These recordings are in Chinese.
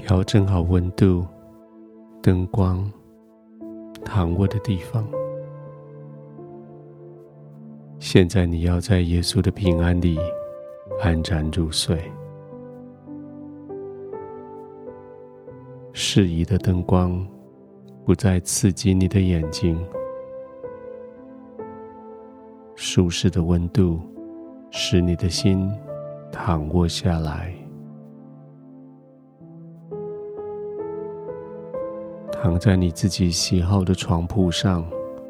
调整好温度、灯光、躺卧的地方。现在你要在耶稣的平安里安然入睡。适宜的灯光不再刺激你的眼睛，舒适的温度使你的心躺卧下来。躺在你自己喜好的床铺上，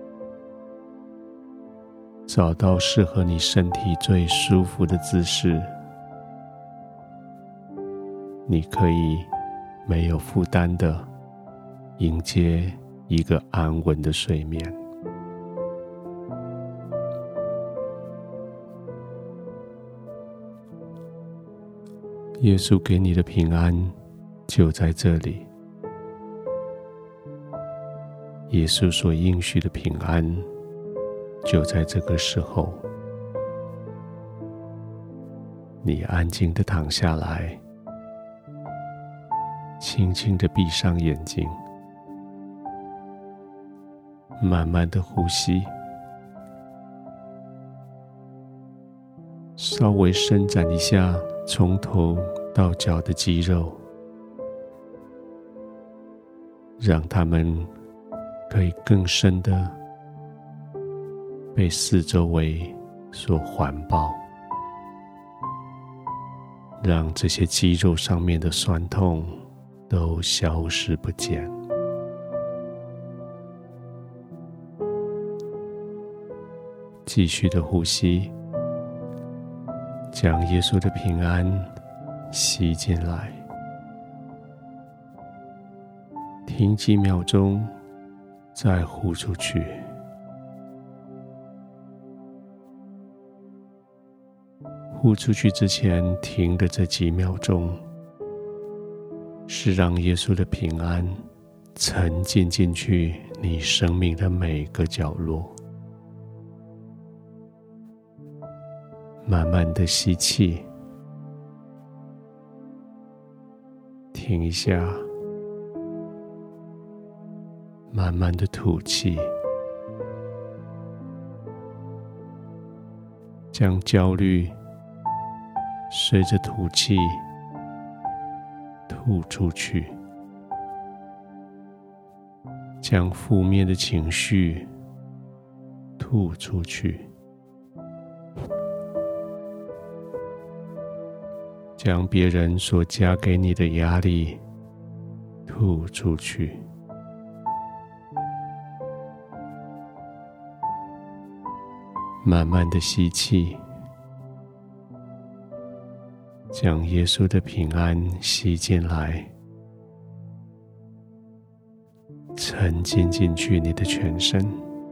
找到适合你身体最舒服的姿势。你可以没有负担地迎接一个安稳的睡眠。耶稣给你的平安就在这里，耶稣所应许的平安就在这个时候。你安静地躺下来，轻轻地闭上眼睛，慢慢地呼吸，稍微伸展一下从头到脚的肌肉，让它们可以更深地被四周围所环抱，让这些肌肉上面的酸痛都消失不见。继续的呼吸，将耶稣的平安吸进来，停几秒钟，再呼出去。呼出去之前停的这几秒钟，是让耶稣的平安沉浸进去你生命的每个角落。慢慢的吸气，停一下，慢慢的吐气，将焦虑随着吐气吐出去，将负面的情绪吐出去，将别人所加给你的压力吐出去。慢慢的吸气，将耶稣的平安吸进来，沉浸进去你的全身，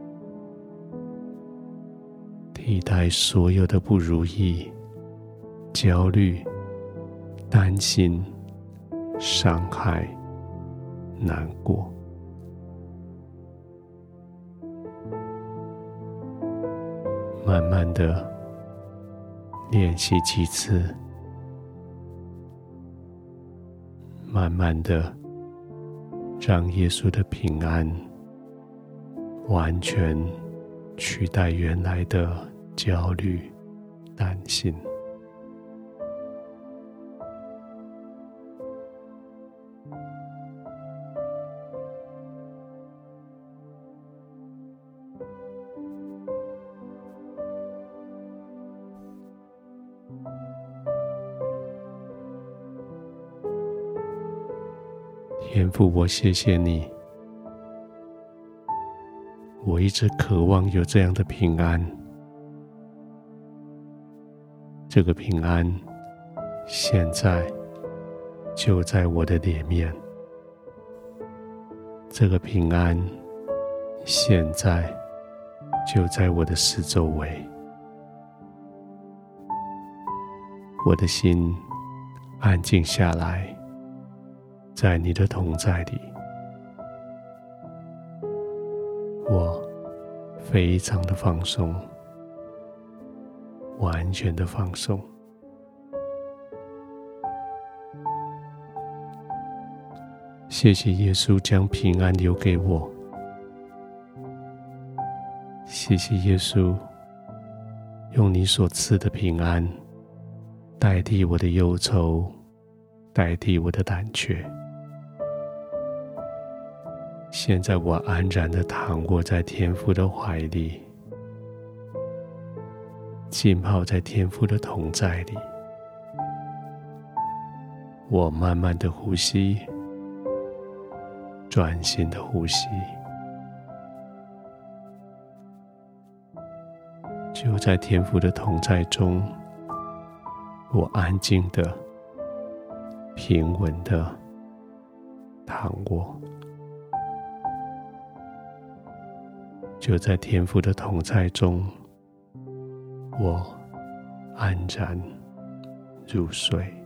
替代所有的不如意、焦虑、担心、伤害、难过。慢慢的练习几次，慢慢的让耶稣的平安完全取代原来的焦虑、担心。天父，我谢谢你，我一直渴望有这样的平安，这个平安现在就在我的里面，这个平安现在就在我的四周围，我的心安静下来，在你的同在里，我非常的放松，完全的放松。 谢谢耶稣将平安留给我，谢谢耶稣用你所赐的平安代替我的忧愁，代替我的胆怯。现在我安然地躺卧在天父的怀里，浸泡在天父的同在里。我慢慢地呼吸，专心的呼吸，就在天父的同在中，我安静的、平稳的躺卧。就在天父的同在中，我安然入睡。